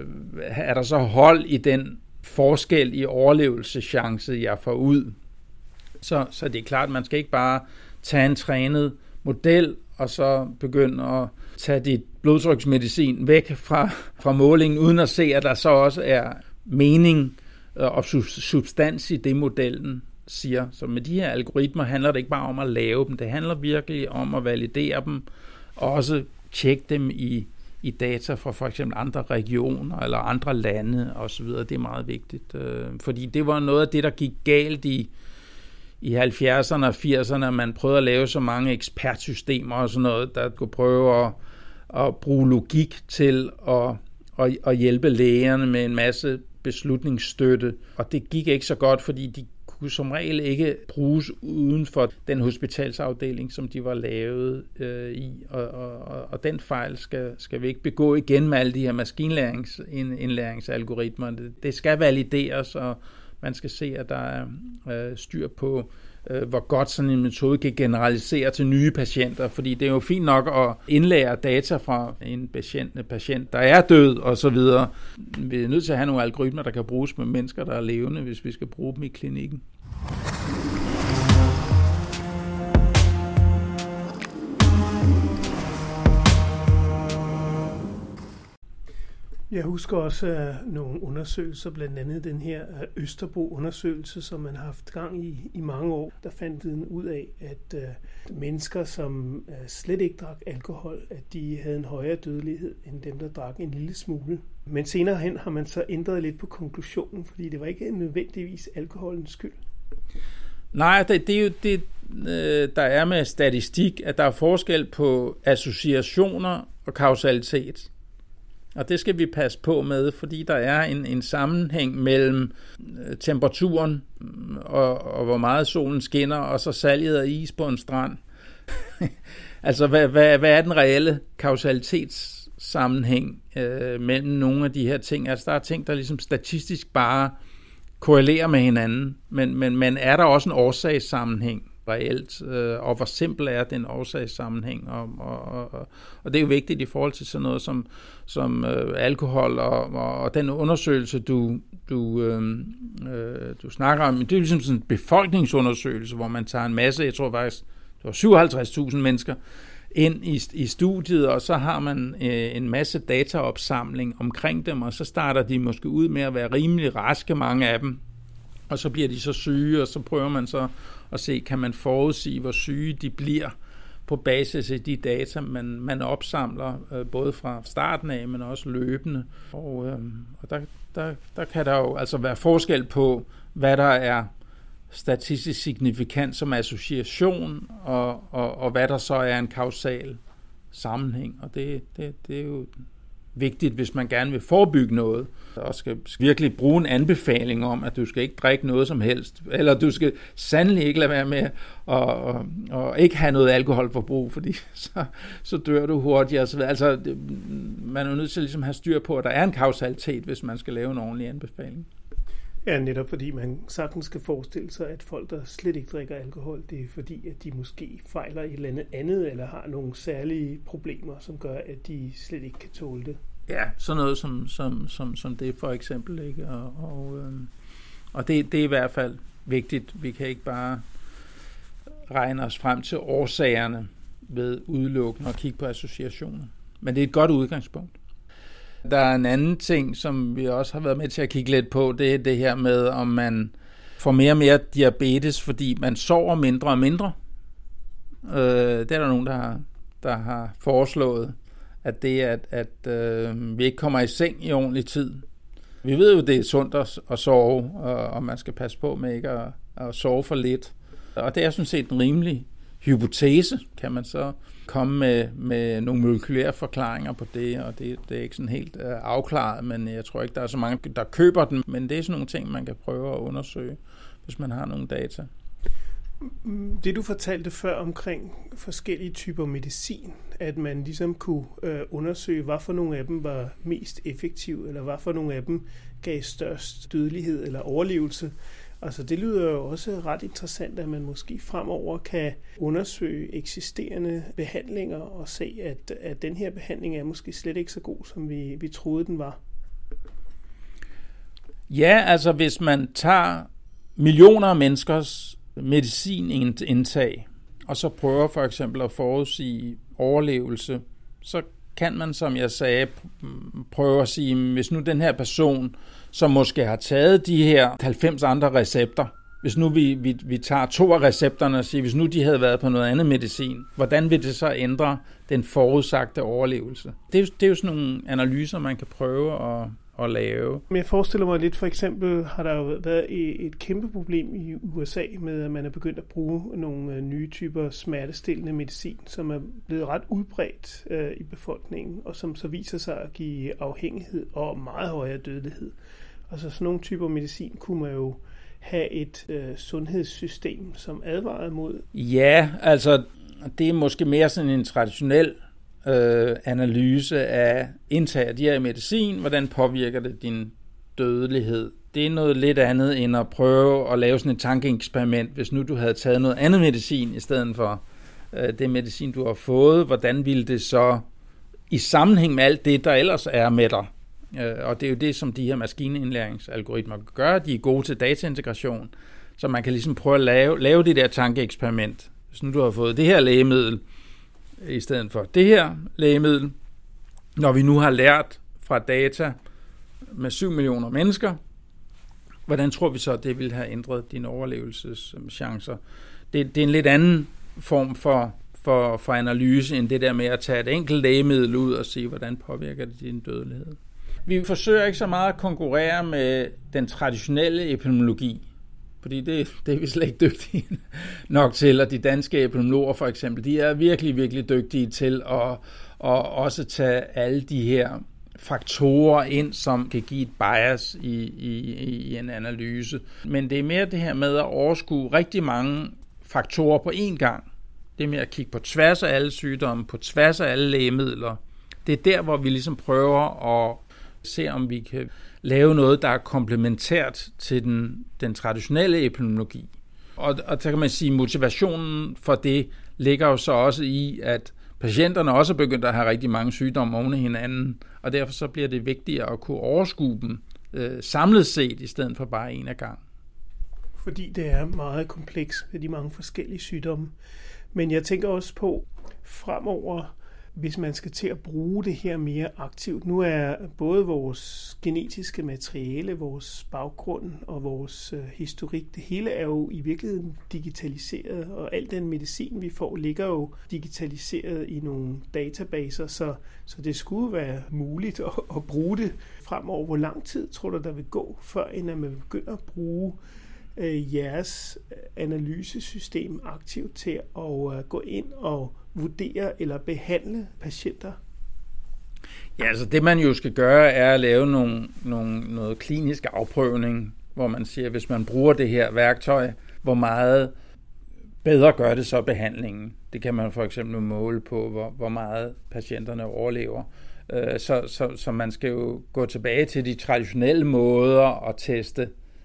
er der så hold i den forskel i overlevelseschance, jeg får ud? Så, så det er klart, at man skal ikke bare tage en trænet model, og så begynde at tage dit blodtryksmedicin væk fra, fra målingen, uden at se, at der så også er mening og substans i det, modellen siger. Så med de her algoritmer handler det ikke bare om at lave dem, det handler virkelig om at validere dem, og også tjekke dem i i data fra for eksempel andre regioner eller andre lande osv. Det er meget vigtigt, øh, fordi det var noget af det, der gik galt i, i halvfjerdserne og firserne. Man prøvede at lave så mange ekspertsystemer og sådan noget, der kunne prøve at, at bruge logik til at, at, at hjælpe lægerne med en masse beslutningsstøtte, og det gik ikke så godt, fordi de kunne som regel ikke bruges uden for den hospitalsafdeling, som de var lavet øh, i, og, og, og den fejl skal, skal vi ikke begå igen med alle de her maskinlæringsalgoritmer. Det, det skal valideres, og man skal se, at der er øh, styr på, øh, hvor godt sådan en metode kan generalisere til nye patienter, fordi det er jo fint nok at indlære data fra en patient, en patient der er død og så videre. Vi er nødt til at have nogle algoritmer, der kan bruges med mennesker, der er levende, hvis vi skal bruge dem i klinikken. Jeg husker også uh, nogle undersøgelser, blandt andet den her uh, Østerbro-undersøgelse, som man har haft gang i i mange år. Der fandt viden ud af, at uh, mennesker, som uh, slet ikke drak alkohol, at de havde en højere dødelighed end dem, der drak en lille smule. Men senere hen har man så ændret lidt på konklusionen, fordi det var ikke nødvendigvis alkoholens skyld. Nej, det, det er jo det, der er med statistik, at der er forskel på associationer og kausalitet. Og det skal vi passe på med, fordi der er en, en sammenhæng mellem temperaturen og, og hvor meget solen skinner, og så salget af is på en strand. Altså, hvad, hvad, hvad er den reelle kausalitetssammenhæng øh, mellem nogle af de her ting? Altså, der er ting, der ligesom statistisk bare korrelerer med hinanden, men, men, men er der også en årsagssammenhæng reelt, øh, og hvor simpel er den årsagssammenhæng, og, og, og, og det er jo vigtigt i forhold til sådan noget som, som øh, alkohol, og, og, og den undersøgelse, du, du, øh, øh, du snakker om, det er ligesom sådan en befolkningsundersøgelse, hvor man tager en masse, jeg tror faktisk, det var syvoghalvtreds tusind mennesker, ind i, i studiet, og så har man øh, en masse dataopsamling omkring dem, og så starter de måske ud med at være rimelig raske, mange af dem, og så bliver de så syge, og så prøver man så at se, kan man forudsige, hvor syge de bliver på basis af de data, man, man opsamler, øh, både fra starten af, men også løbende. Og, øh, og der, der, der kan der jo altså være forskel på, hvad der er statistisk signifikant som association, og, og, og hvad der så er en kausal sammenhæng. Og det, det, det er jo vigtigt, hvis man gerne vil forebygge noget, og skal virkelig bruge en anbefaling om, at du skal ikke drikke noget som helst, eller du skal sandelig ikke lade være med at og, og ikke have noget alkoholforbrug, fordi så, så dør du hurtigt. Altså, altså, man er nødt til at ligesom have styr på, at der er en kausalitet, hvis man skal lave en ordentlig anbefaling. Ja, netop fordi man sagtens skal forestille sig, at folk, der slet ikke drikker alkohol, det er fordi, at de måske fejler et eller andet andet, eller har nogle særlige problemer, som gør, at de slet ikke kan tåle det. Ja, sådan noget som, som, som, som det for eksempel, ikke? Og, og, øh, og det, det er i hvert fald vigtigt. Vi kan ikke bare regne os frem til årsagerne ved udelukkende og kigge på associationer. Men det er et godt udgangspunkt. Der er en anden ting, som vi også har været med til at kigge lidt på, det er det her med, om man får mere og mere diabetes, fordi man sover mindre og mindre. Øh, det er der nogen, der har, der har foreslået, at det er, at, at øh, vi ikke kommer i seng i ordentlig tid. Vi ved jo, det er sundt at, at sove, og, og man skal passe på med ikke at, at sove for lidt. Og det er sådan set en rimelig hypotese, kan man så komme med, med nogle molekylære forklaringer på det, og det, det er ikke sådan helt uh, afklaret, men jeg tror ikke, der er så mange, der køber den, men det er sådan nogle ting, man kan prøve at undersøge, hvis man har nogle data. Det du fortalte før omkring forskellige typer medicin, at man ligesom kunne øh, undersøge, hvad for nogle af dem var mest effektive, eller hvad for nogle af dem gav størst dødelighed eller overlevelse. Altså det lyder jo også ret interessant, at man måske fremover kan undersøge eksisterende behandlinger og se, at, at den her behandling er måske slet ikke så god, som vi, vi troede, den var. Ja, altså hvis man tager millioner af menneskers medicinindtag, og så prøver for eksempel at forudsige overlevelse, så kan man, som jeg sagde, prøve at sige, hvis nu den her person, som måske har taget de her halvfems andre recepter, hvis nu vi, vi, vi tager to af recepterne og siger, hvis nu de havde været på noget andet medicin, hvordan vil det så ændre den forudsagte overlevelse? Det er, det er jo sådan nogle analyser, man kan prøve at, at lave. Men jeg forestiller mig lidt, for eksempel har der jo været et kæmpe problem i U S A med, at man er begyndt at bruge nogle nye typer smertestillende medicin, som er blevet ret udbredt øh, i befolkningen, og som så viser sig at give afhængighed og meget højere dødelighed. Altså sådan nogle typer medicin kunne man jo have et øh, sundhedssystem, som advarer mod. Ja, altså det er måske mere sådan en traditionel øh, analyse af indtag af de her medicin, hvordan påvirker det din dødelighed det er noget lidt andet end at prøve at lave sådan et tankeeksperiment. Hvis nu du havde taget noget andet medicin i stedet for øh, det medicin, du har fået, hvordan ville det så i sammenhæng med alt det, der ellers er med dig? Øh, og det er jo det, som de her maskinindlæringsalgoritmer gør. De er gode til dataintegration, så man kan ligesom prøve at lave, lave det der tankeeksperiment. Hvis nu du har fået det her lægemiddel i stedet for det her lægemiddel, når vi nu har lært fra data med syv millioner mennesker, hvordan tror vi så, at det ville have ændret dine overlevelseschancer? Det, det er en lidt anden form for, for, for analyse, end det der med at tage et enkelt lægemiddel ud og se, hvordan påvirker det din dødelighed. Vi forsøger ikke så meget at konkurrere med den traditionelle epidemiologi, fordi det, det er vi slet ikke dygtige nok til, og de danske epidemiologer for eksempel, de er virkelig, virkelig dygtige til at, at også tage alle de her faktorer ind, som kan give et bias i, i, i en analyse. Men det er mere det her med at overskue rigtig mange faktorer på én gang. Det er mere at kigge på tværs af alle sygdomme, på tværs af alle lægemidler. Det er der, hvor vi ligesom prøver at se, om vi kan lave noget, der er komplementært til den, den traditionelle epidemiologi. Og, og så kan man sige, at motivationen for det ligger jo så også i, at patienterne også er begyndt at have rigtig mange sygdomme oven i hinanden, og derfor så bliver det vigtigere at kunne overskue dem øh, samlet set, i stedet for bare en af gang. Fordi det er meget komplekst med de mange forskellige sygdomme. Men jeg tænker også på fremover, hvis man skal til at bruge det her mere aktivt. Nu er både vores genetiske materiale, vores baggrund og vores øh, historik, det hele er jo i virkeligheden digitaliseret, og al den medicin, vi får, ligger jo digitaliseret i nogle databaser, så, så det skulle være muligt at, at bruge det fremover. Hvor lang tid tror du, der vil gå, før inden man begynder at bruge øh, jeres analysesystem aktivt til at øh, gå ind og vurdere eller behandle patienter? Ja, altså det man jo skal gøre, er at lave nogle, nogle, noget klinisk afprøvning, hvor man siger, hvis man bruger det her værktøj, hvor meget bedre gør det så behandlingen. Det kan man for eksempel måle på, hvor, hvor meget patienterne overlever. Så, så, så man skal jo gå tilbage til de traditionelle måder at teste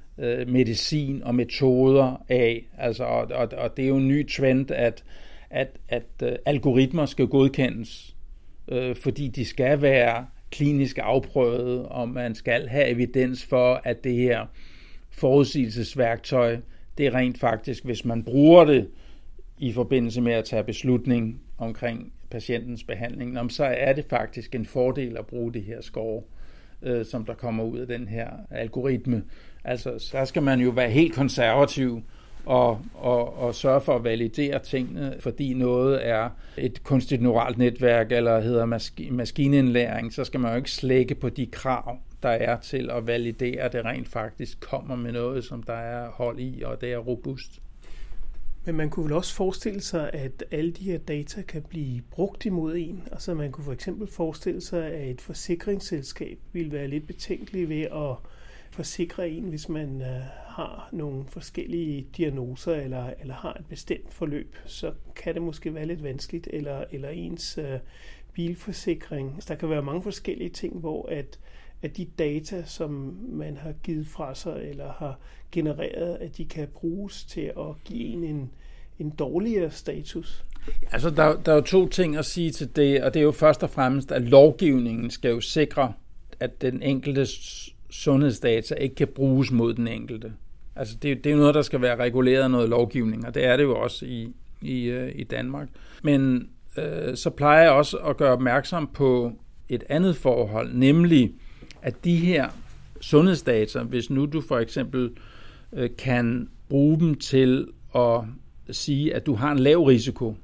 medicin og metoder af. Altså, og, og, og det er jo en ny trend, at at, at uh, algoritmer skal godkendes, øh, fordi de skal være klinisk afprøvet, og man skal have evidens for, at det her forudsigelsesværktøj, det er rent faktisk, hvis man bruger det i forbindelse med at tage beslutning omkring patientens behandling, så er det faktisk en fordel at bruge det her score, øh, som der kommer ud af den her algoritme. Altså, så skal man jo være helt konservativ, Og, og, og sørge for at validere tingene, fordi noget er et kunstigt neuralt netværk eller hedder mask- maskinindlæring, så skal man jo ikke slække på de krav, der er til at validere, at det rent faktisk kommer med noget, som der er hold i, og det er robust. Men man kunne vel også forestille sig, at alle de her data kan blive brugt imod en. Altså man kunne for eksempel forestille sig, at et forsikringsselskab ville være lidt betænkelig ved at forsikre en, hvis man øh, har nogle forskellige diagnoser eller, eller har et bestemt forløb, så kan det måske være lidt vanskeligt, eller, eller ens øh, bilforsikring. Så der kan være mange forskellige ting, hvor at, at de data, som man har givet fra sig eller har genereret, at de kan bruges til at give en en, en dårligere status. Altså, der, der er jo to ting at sige til det, og det er jo først og fremmest, at lovgivningen skal jo sikre, at den enkelte sundhedsdata ikke kan bruges mod den enkelte. Altså det, det er jo noget, der skal være reguleret af noget lovgivning, og det er det jo også i, i, i Danmark. Men øh, så plejer jeg også at gøre opmærksom på et andet forhold, nemlig at de her sundhedsdata, hvis nu du for eksempel øh, kan bruge dem til at sige, at du har en lav risiko,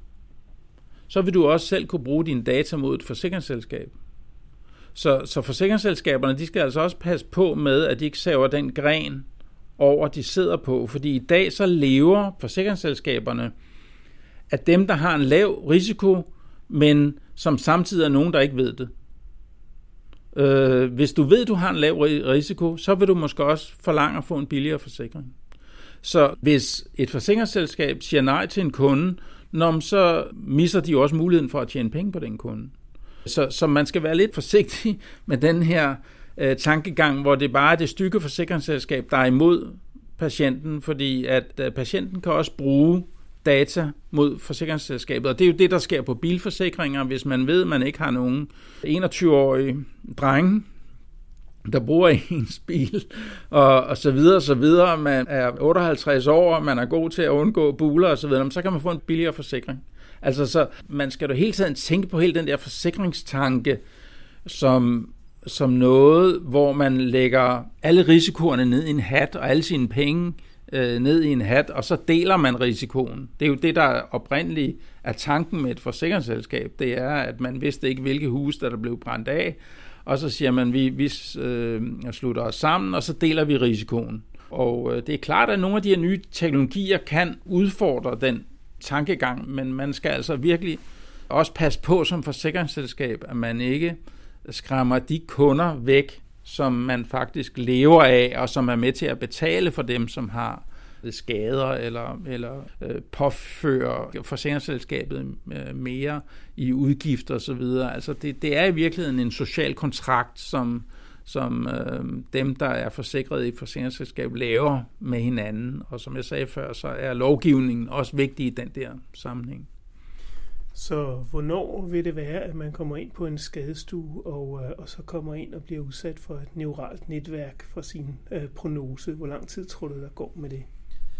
så vil du også selv kunne bruge dine data mod et forsikringsselskab. Så, så forsikringsselskaberne, de skal altså også passe på med, at de ikke saver den gren over, de sidder på. Fordi i dag så lever forsikringsselskaberne af dem, der har en lav risiko, men som samtidig er nogen, der ikke ved det. Øh, hvis du ved, du har en lav risiko, så vil du måske også forlange at få en billigere forsikring. Så hvis et forsikringsselskab siger nej til en kunde, så misser de også muligheden for at tjene penge på den kunde. Så, så man skal være lidt forsigtig med den her øh, tankegang, hvor det bare er det stykke forsikringsselskab, der er imod patienten, fordi at øh, patienten kan også bruge data mod forsikringsselskabet, og det er jo det, der sker på bilforsikringer, hvis man ved, at man ikke har nogen enogtyve-årige drenge, der bruger ens bil, og, og så videre, og så videre. Man er otteoghalvtreds år, man er god til at undgå buler, og så videre, så kan man få en billigere forsikring. Altså, så man skal jo hele tiden tænke på hele den der forsikringstanke, som, som noget, hvor man lægger alle risikoerne ned i en hat, og alle sine penge øh, ned i en hat, og så deler man risikoen. Det er jo det, der oprindeligt er tanken med et forsikringsselskab. Det er, at man vidste ikke, hvilke hus, der, der blev brændt af, og så siger man, vi, vi øh, slutter os sammen, og så deler vi risikoen. Og øh, det er klart, at nogle af de her nye teknologier kan udfordre den tankegang, men man skal altså virkelig også passe på som forsikringsselskab, at man ikke skræmmer de kunder væk, som man faktisk lever af, og som er med til at betale for dem, som har skader eller, eller øh, påfører forsikringsselskabet øh, mere i udgifter osv. Altså det, det er i virkeligheden en social kontrakt, som, som øh, dem, der er forsikret i et forsikringsselskab, laver med hinanden. Og som jeg sagde før, så er lovgivningen også vigtig i den der sammenhæng. Så hvornår vil det være, at man kommer ind på en skadestue, og, øh, og så kommer ind og bliver udsat for et neuralt netværk for sin øh, prognose? Hvor lang tid tror du, der går med det?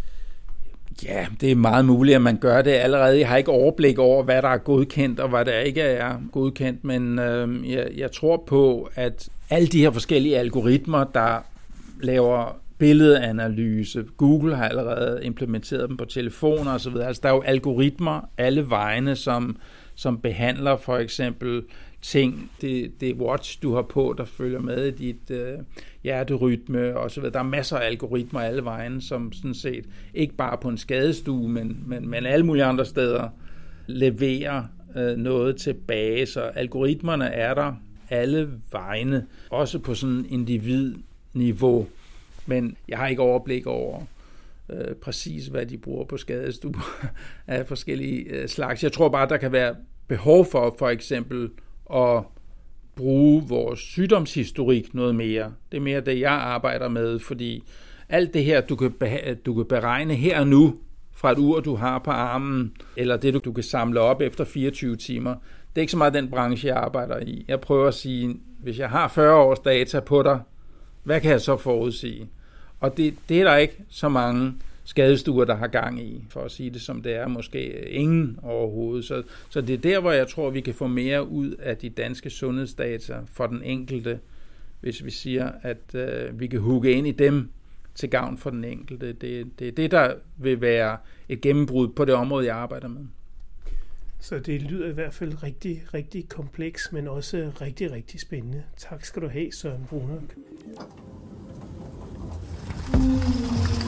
Ja, det er meget muligt, at man gør det allerede. Jeg har ikke overblik over, hvad der er godkendt, og hvad der ikke er godkendt, men øh, jeg, jeg tror på, at alle de her forskellige algoritmer, der laver billedanalyse, Google har allerede implementeret dem på telefoner osv. Altså, der er jo algoritmer alle vegne, som, som behandler for eksempel ting, det, det watch, du har på, der følger med i dit øh, hjerterytme og så videre. Der er masser af algoritmer alle vegne, som sådan set ikke bare på en skadestue, men, men, men alle mulige andre steder leverer øh, noget tilbage. Så algoritmerne er der alle vegne, også på sådan individniveau. Men jeg har ikke overblik over øh, præcis, hvad de bruger på skadestuer af forskellige øh, slags. Jeg tror bare, der kan være behov for for eksempel at bruge vores sygdomshistorik noget mere. Det er mere det, jeg arbejder med, fordi alt det her, du kan, beha- du kan beregne her og nu, fra et ur, du har på armen, eller det, du, du kan samle op efter fireogtyve timer, det er ikke så meget den branche, jeg arbejder i. Jeg prøver at sige, hvis jeg har fyrre års data på dig, hvad kan jeg så forudsige? Og det, det er der ikke så mange skadestuer, der har gang i, for at sige det som det er, måske ingen overhovedet. Så, så det er der, hvor jeg tror, vi kan få mere ud af de danske sundhedsdata for den enkelte, hvis vi siger, at øh, vi kan hugge ind i dem til gavn for den enkelte. Det, det er det, der vil være et gennembrud på det område, jeg arbejder med. Så det lyder i hvert fald rigtig, rigtig kompleks, men også rigtig, rigtig spændende. Tak skal du have, Søren Brunak.